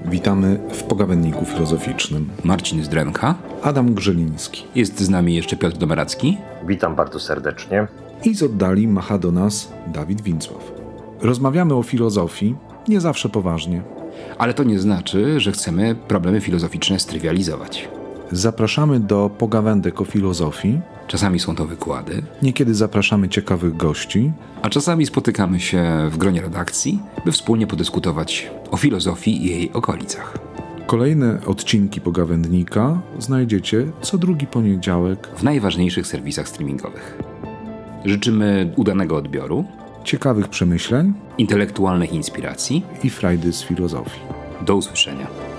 Witamy w Pogawędniku Filozoficznym. Marcin Zdremka. Adam Grzeliński. Jest z nami jeszcze Piotr Domaracki. Witam bardzo serdecznie. I z oddali macha do nas Dawid Wincław. Rozmawiamy o filozofii, nie zawsze poważnie. Ale to nie znaczy, że chcemy problemy filozoficzne strywializować. Zapraszamy do pogawędek o filozofii. Czasami są to wykłady. Niekiedy zapraszamy ciekawych gości. A czasami spotykamy się w gronie redakcji, by wspólnie podyskutować o filozofii i jej okolicach. Kolejne odcinki Pogawędnika znajdziecie co drugi poniedziałek w najważniejszych serwisach streamingowych. Życzymy udanego odbioru, ciekawych przemyśleń intelektualnych inspiracji i frajdy z filozofii. Do usłyszenia.